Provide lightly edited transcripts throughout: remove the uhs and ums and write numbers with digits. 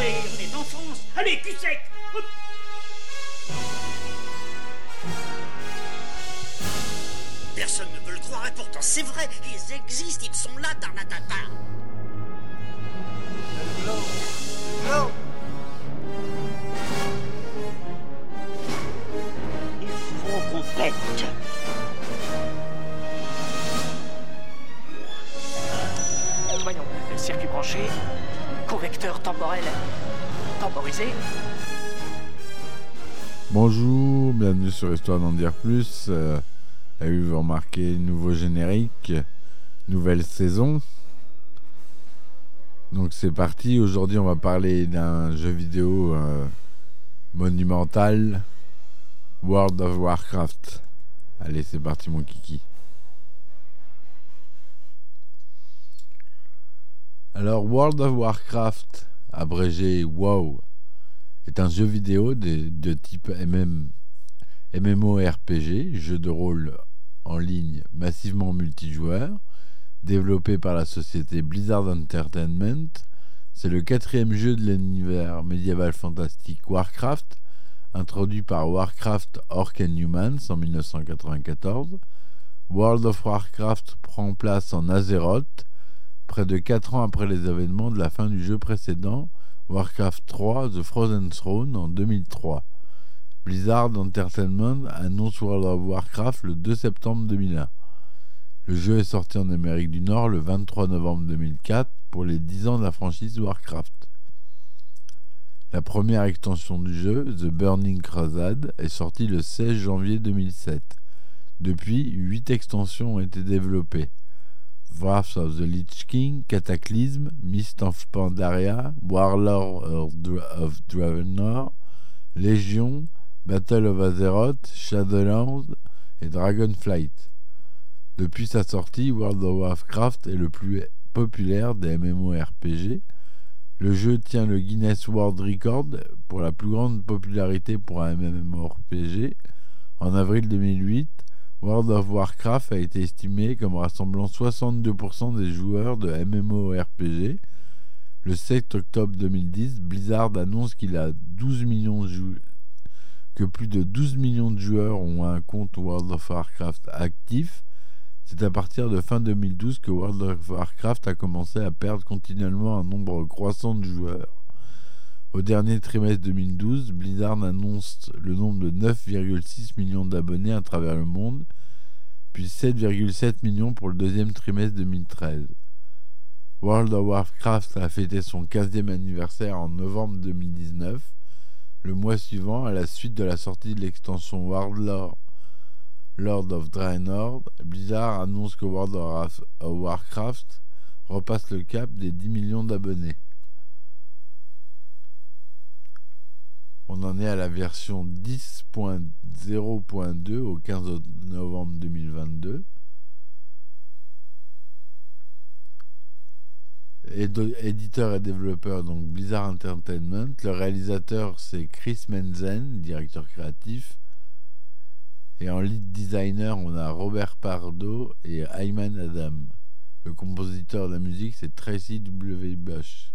Allez, on est en France. Allez, cul sec. Hop. Personne ne peut le croire et pourtant c'est vrai. Ils existent, ils sont là, Tarnatata. Le globe. Il faut qu'on pète. Voyons, circuit branché, convecteur temporel temporisé. Bonjour, bienvenue sur Histoire d'en dire plus. Avez-vous remarqué, nouveau générique, nouvelle saison. Donc c'est parti, aujourd'hui on va parler d'un jeu vidéo monumental, World of Warcraft. Allez, c'est parti mon kiki. Alors World of Warcraft, abrégé WoW, est un jeu vidéo de type MMORPG, jeu de rôle en ligne massivement multijoueur, développé par la société Blizzard Entertainment. C'est le 4e jeu de l'univers médiéval fantastique Warcraft, introduit par Warcraft Orcs and Humans en 1994. World of Warcraft prend place en Azeroth, près de 4 ans après les événements de la fin du jeu précédent, Warcraft 3 The Frozen Throne en 2003. Blizzard Entertainment annonce World of Warcraft le 2 septembre 2001. Le jeu est sorti en Amérique du Nord le 23 novembre 2004 pour les 10 ans de la franchise Warcraft. La première extension du jeu, The Burning Crusade, est sortie le 16 janvier 2007. Depuis, 8 extensions ont été développées. Wrath of the Lich King, Cataclysm, Mist of Pandaria, Warlord of Draenor, Légion, Battle of Azeroth, Shadowlands et Dragonflight. Depuis sa sortie, World of Warcraft est le plus populaire des MMORPG. Le jeu tient le Guinness World Record pour la plus grande popularité pour un MMORPG. En avril 2008, World of Warcraft a été estimé comme rassemblant 62% des joueurs de MMORPG. Le 7 octobre 2010, Blizzard annonce que plus de 12 millions de joueurs ont un compte World of Warcraft actif. C'est à partir de fin 2012 que World of Warcraft a commencé à perdre continuellement un nombre croissant de joueurs. Au dernier trimestre 2012, Blizzard annonce le nombre de 9,6 millions d'abonnés à travers le monde, puis 7,7 millions pour le deuxième trimestre 2013. World of Warcraft a fêté son 15e anniversaire en novembre 2019. Le mois suivant, à la suite de la sortie de l'extension Warlord of Draenor, Blizzard annonce que World of Warcraft repasse le cap des 10 millions d'abonnés. On en est à la version 10.0.2 au 15 novembre 2022. Éditeur et développeur, donc Blizzard Entertainment. Le réalisateur, c'est Chris Menzen, directeur créatif. Et en lead designer, on a Robert Pardo et Ayman Adam. Le compositeur de la musique, c'est Tracy W. Bush.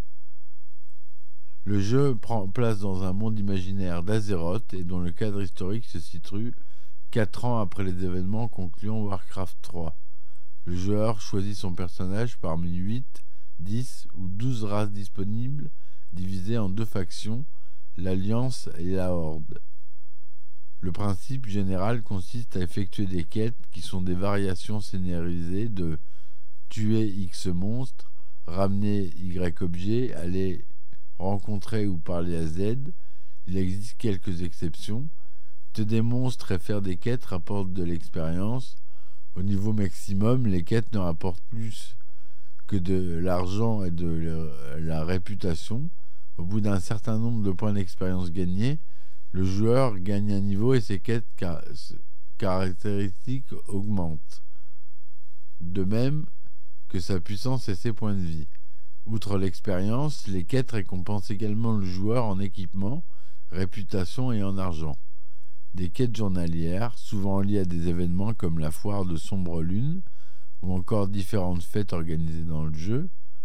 Le jeu prend place dans un monde imaginaire d'Azeroth et dont le cadre historique se situe 4 ans après les événements concluant Warcraft 3. Le joueur choisit son personnage parmi 8, 10 ou 12 races disponibles, divisées en 2 factions, l'Alliance et la Horde. Le principe général consiste à effectuer des quêtes qui sont des variations scénarisées de tuer X monstres, ramener Y objet, aller rencontrer ou parler à Z. Il existe quelques exceptions. Tuer des monstres et faire des quêtes rapportent de l'expérience. Au niveau maximum, les quêtes ne rapportent plus que de l'argent et de la réputation. Au bout d'un certain nombre de points d'expérience gagnés, le joueur gagne un niveau et ses quêtes caractéristiques augmentent. De même que sa puissance et ses points de vie. Outre l'expérience, les quêtes récompensent également le joueur en équipement, réputation et en argent. Des quêtes journalières, souvent liées à des événements comme la foire de Sombre Lune, ou encore différentes fêtes organisées dans le jeu.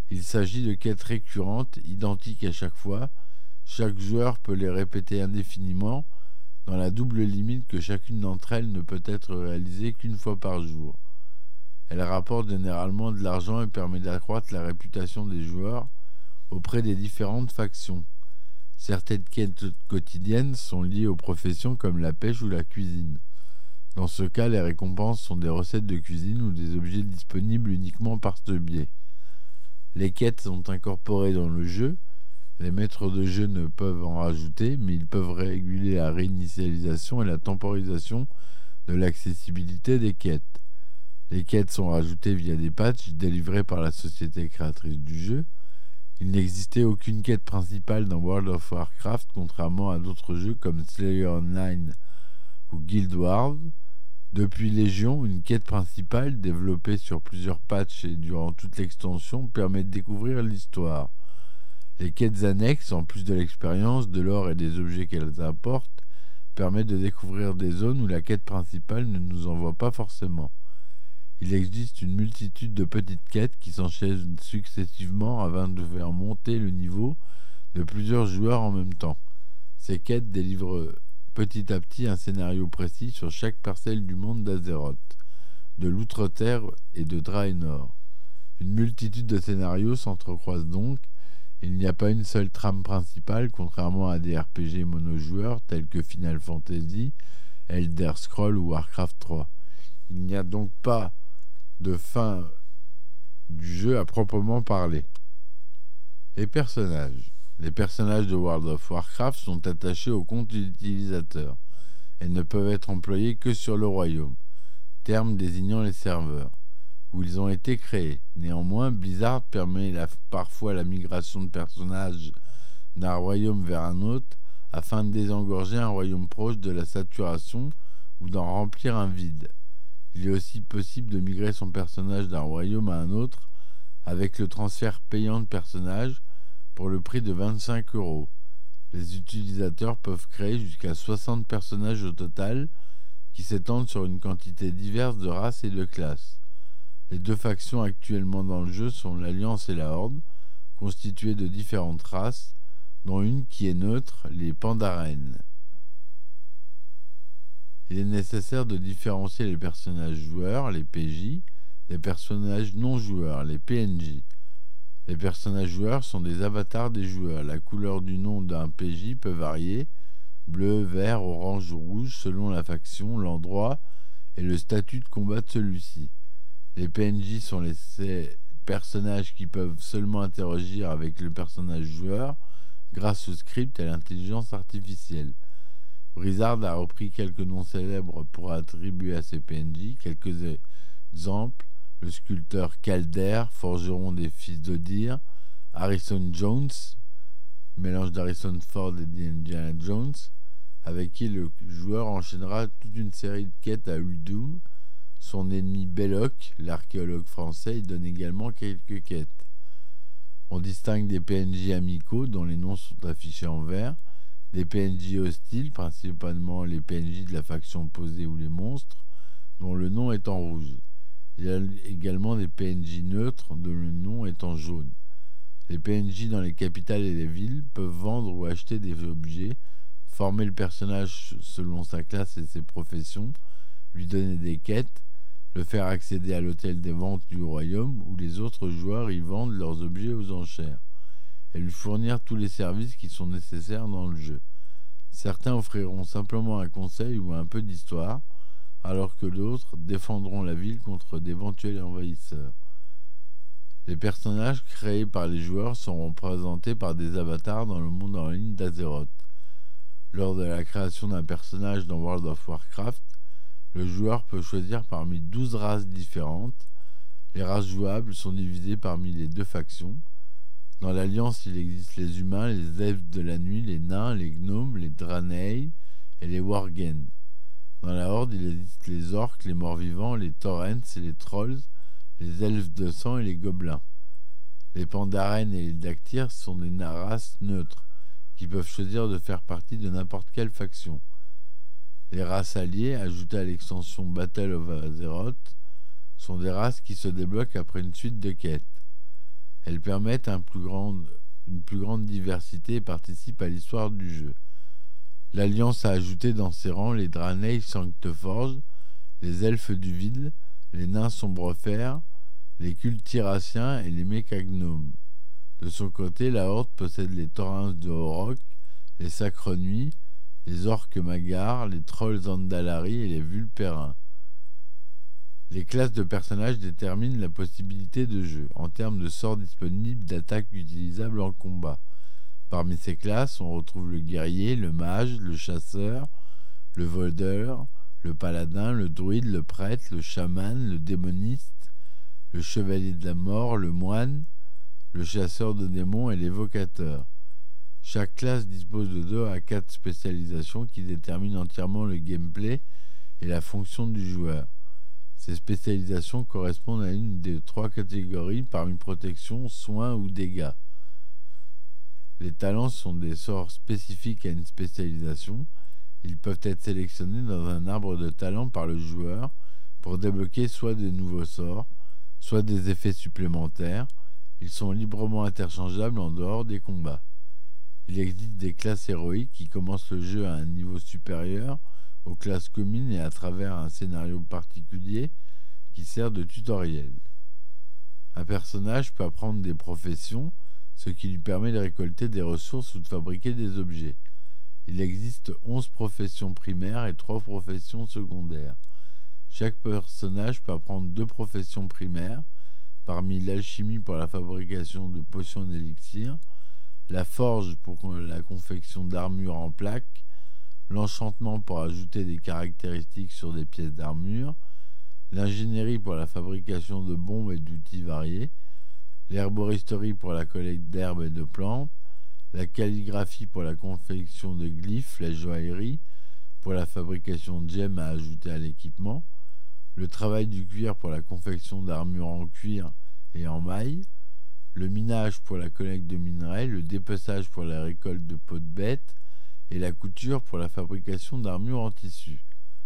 Il s'agit de quêtes récurrentes, identiques à chaque fois. Chaque joueur peut les répéter indéfiniment, dans la double limite que chacune d'entre elles ne peut être réalisée qu'une fois par jour. Elle rapporte généralement de l'argent et permet d'accroître la réputation des joueurs auprès des différentes factions. Certaines quêtes quotidiennes sont liées aux professions comme la pêche ou la cuisine. Dans ce cas, les récompenses sont des recettes de cuisine ou des objets disponibles uniquement par ce biais. Les quêtes sont incorporées dans le jeu. Les maîtres de jeu ne peuvent en rajouter, mais ils peuvent réguler la réinitialisation et la temporisation de l'accessibilité des quêtes. Les quêtes sont rajoutées via des patchs délivrés par la société créatrice du jeu. Il n'existait aucune quête principale dans World of Warcraft, contrairement à d'autres jeux comme Slayer Online ou Guild Wars. Depuis Légion, une quête principale, développée sur plusieurs patchs et durant toute l'extension, permet de découvrir l'histoire. Les quêtes annexes, en plus de l'expérience, de l'or et des objets qu'elles apportent, permettent de découvrir des zones où la quête principale ne nous envoie pas forcément. Il existe une multitude de petites quêtes qui s'enchaînent successivement afin de faire monter le niveau de plusieurs joueurs en même temps. Ces quêtes délivrent petit à petit un scénario précis sur chaque parcelle du monde d'Azeroth, de l'Outre-Terre et de Draenor. Une multitude de scénarios s'entrecroisent donc. Il n'y a pas une seule trame principale, contrairement à des RPG monojoueurs tels que Final Fantasy, Elder Scrolls ou Warcraft 3. Il n'y a donc pas de fin du jeu à proprement parler. Les personnages. Les personnages de World of Warcraft sont attachés au compte utilisateur et ne peuvent être employés que sur le royaume, terme désignant les serveurs, où ils ont été créés. Néanmoins, Blizzard permet parfois la migration de personnages d'un royaume vers un autre afin de désengorger un royaume proche de la saturation ou d'en remplir un vide. Il est aussi possible de migrer son personnage d'un royaume à un autre avec le transfert payant de personnages pour le prix de 25 €. Les utilisateurs peuvent créer jusqu'à 60 personnages au total qui s'étendent sur une quantité diverse de races et de classes. Les deux factions actuellement dans le jeu sont l'Alliance et la Horde, constituées de différentes races, dont une qui est neutre, les Pandaren. Il est nécessaire de différencier les personnages joueurs, les PJ, des personnages non joueurs, les PNJ. Les personnages joueurs sont des avatars des joueurs. La couleur du nom d'un PJ peut varier, bleu, vert, orange ou rouge, selon la faction, l'endroit et le statut de combat de celui-ci. Les PNJ sont les personnages qui peuvent seulement interagir avec le personnage joueur grâce au script et à l'intelligence artificielle. Blizzard a repris quelques noms célèbres pour attribuer à ces PNJ. Quelques exemples: le sculpteur Calder, forgeron des fils d'Odir, Harrison Jones, mélange d'Harrison Ford et d'Indiana Jones, avec qui le joueur enchaînera toute une série de quêtes à Uldum. Son ennemi Belloc, l'archéologue français, il donne également quelques quêtes. On distingue des PNJ amicaux dont les noms sont affichés en vert, des PNJ hostiles, principalement les PNJ de la faction opposée ou les monstres, dont le nom est en rouge. Il y a également des PNJ neutres dont le nom est en jaune. Les PNJ dans les capitales et les villes peuvent vendre ou acheter des objets, former le personnage selon sa classe et ses professions, lui donner des quêtes, le faire accéder à l'hôtel des ventes du royaume où les autres joueurs y vendent leurs objets aux enchères, et lui fournir tous les services qui sont nécessaires dans le jeu. Certains offriront simplement un conseil ou un peu d'histoire, alors que d'autres défendront la ville contre d'éventuels envahisseurs. Les personnages créés par les joueurs seront présentés par des avatars dans le monde en ligne d'Azeroth. Lors de la création d'un personnage dans World of Warcraft, le joueur peut choisir parmi 12 races différentes. Les races jouables sont divisées parmi les deux factions. Dans l'Alliance, il existe les humains, les elfes de la nuit, les nains, les gnomes, les Draenei et les Worgen. Dans la Horde, il existe les orques, les morts-vivants, les torrents et les trolls, les elfes de sang et les gobelins. Les Pandaren et les Dactyrs sont des races neutres, qui peuvent choisir de faire partie de n'importe quelle faction. Les races alliées, ajoutées à l'extension Battle of Azeroth, sont des races qui se débloquent après une suite de quêtes. Elles permettent une plus grande diversité et participent à l'histoire du jeu. L'Alliance a ajouté dans ses rangs les Draenei Sancteforge, les Elfes du Vide, les Nains Sombrefer, les Cultes Tiraciens et les Mécagnomes. De son côté, la Horde possède les Taurins de Horok, les Sacres Nuits, les Orques Magars, les Trolls Andalari et les Vulpérins. Les classes de personnages déterminent la possibilité de jeu, en termes de sorts disponibles, d'attaques utilisables en combat. Parmi ces classes, on retrouve le guerrier, le mage, le chasseur, le voleur, le paladin, le druide, le prêtre, le chaman, le démoniste, le chevalier de la mort, le moine, le chasseur de démons et l'évocateur. Chaque classe dispose de 2 à 4 spécialisations qui déterminent entièrement le gameplay et la fonction du joueur. Ces spécialisations correspondent à une des 3 catégories parmi protection, soins ou dégâts. Les talents sont des sorts spécifiques à une spécialisation. Ils peuvent être sélectionnés dans un arbre de talents par le joueur pour débloquer soit de nouveaux sorts, soit des effets supplémentaires. Ils sont librement interchangeables en dehors des combats. Il existe des classes héroïques qui commencent le jeu à un niveau supérieur aux classes communes et à travers un scénario particulier qui sert de tutoriel. Un personnage peut apprendre des professions, ce qui lui permet de récolter des ressources ou de fabriquer des objets. Il existe 11 professions primaires et 3 professions secondaires. Chaque personnage peut apprendre 2 professions primaires, parmi l'alchimie pour la fabrication de potions d'élixir, la forge pour la confection d'armure en plaques, l'enchantement pour ajouter des caractéristiques sur des pièces d'armure, l'ingénierie pour la fabrication de bombes et d'outils variés, l'herboristerie pour la collecte d'herbes et de plantes, la calligraphie pour la confection de glyphes, la joaillerie pour la fabrication de gemmes à ajouter à l'équipement, le travail du cuir pour la confection d'armures en cuir et en maille, le minage pour la collecte de minerais, le dépeçage pour la récolte de peaux de bêtes et la couture pour la fabrication d'armures en tissu.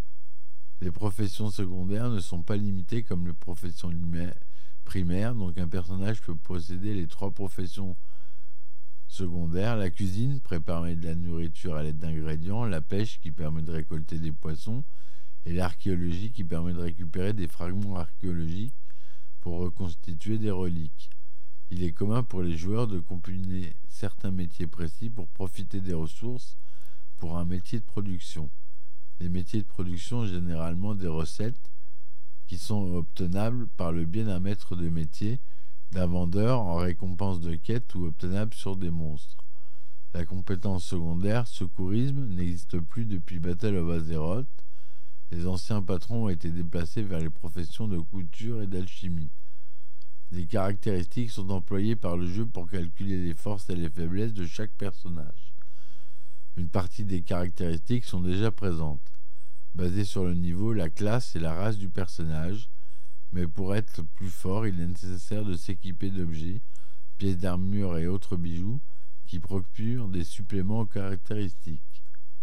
Les professions secondaires ne sont pas limitées comme les professions primaires, donc un personnage peut posséder les 3 professions secondaires: la cuisine, préparer de la nourriture à l'aide d'ingrédients, la pêche qui permet de récolter des poissons, et l'archéologie qui permet de récupérer des fragments archéologiques pour reconstituer des reliques. Il est commun pour les joueurs de combiner certains métiers précis pour profiter des ressources pour un métier de production. Les métiers de production ont généralement des recettes qui sont obtenables par le biais d'un maître de métier, d'un vendeur en récompense de quêtes ou obtenables sur des monstres. La compétence secondaire, secourisme, n'existe plus depuis Battle of Azeroth. Les anciens patrons ont été déplacés vers les professions de couture et d'alchimie. Des caractéristiques sont employées par le jeu pour calculer les forces et les faiblesses de chaque personnage. Une partie des caractéristiques sont déjà présentes, basées sur le niveau, la classe et la race du personnage, mais pour être plus fort, il est nécessaire de s'équiper d'objets, pièces d'armure et autres bijoux qui procurent des suppléments aux caractéristiques.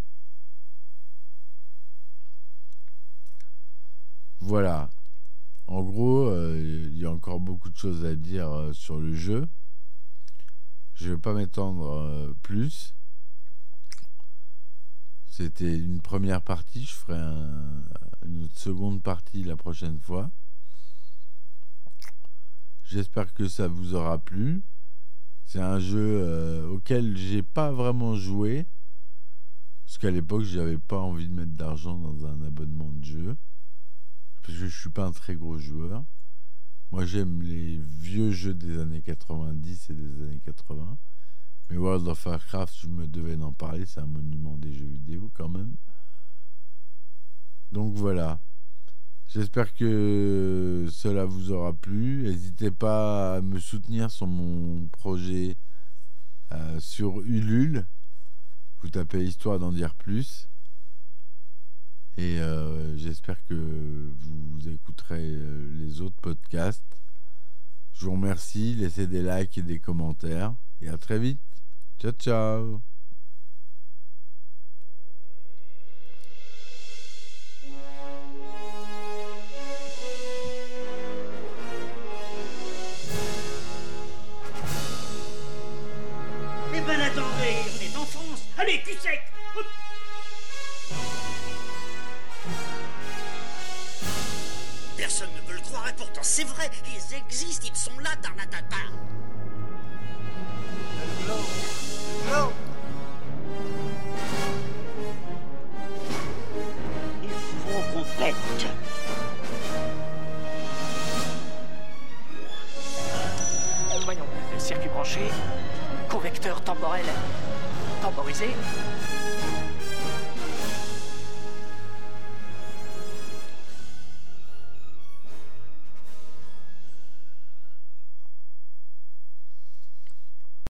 Voilà. En gros, il y a encore beaucoup de choses à dire sur le jeu. Je ne vais pas m'étendre plus. C'était une première partie. Je ferai une seconde partie la prochaine fois. J'espère que ça vous aura plu. C'est un jeu auquel j'ai pas vraiment joué. Parce qu'à l'époque, j'avais pas envie de mettre d'argent dans un abonnement de jeu. Parce que je suis pas un très gros joueur. Moi, j'aime les vieux jeux des années 90 et des années 80. Mais World of Warcraft, je me devais d'en parler. C'est un monument des jeux vidéo quand même. Donc voilà. J'espère que cela vous aura plu. N'hésitez pas à me soutenir sur mon projet sur Ulule. Vous tapez Histoire d'en dire plus. Et j'espère que vous écouterez les autres podcasts. Je vous remercie. Laissez des likes et des commentaires. Et à très vite. Ciao, ciao. Allez, cul sec. Hop. Personne ne veut le croire et pourtant c'est vrai, ils existent, ils sont là, Tarnatata. Le globe. Le globe. Il faut qu'on pète. Voyons, circuit branché, convecteur temporel temporisé.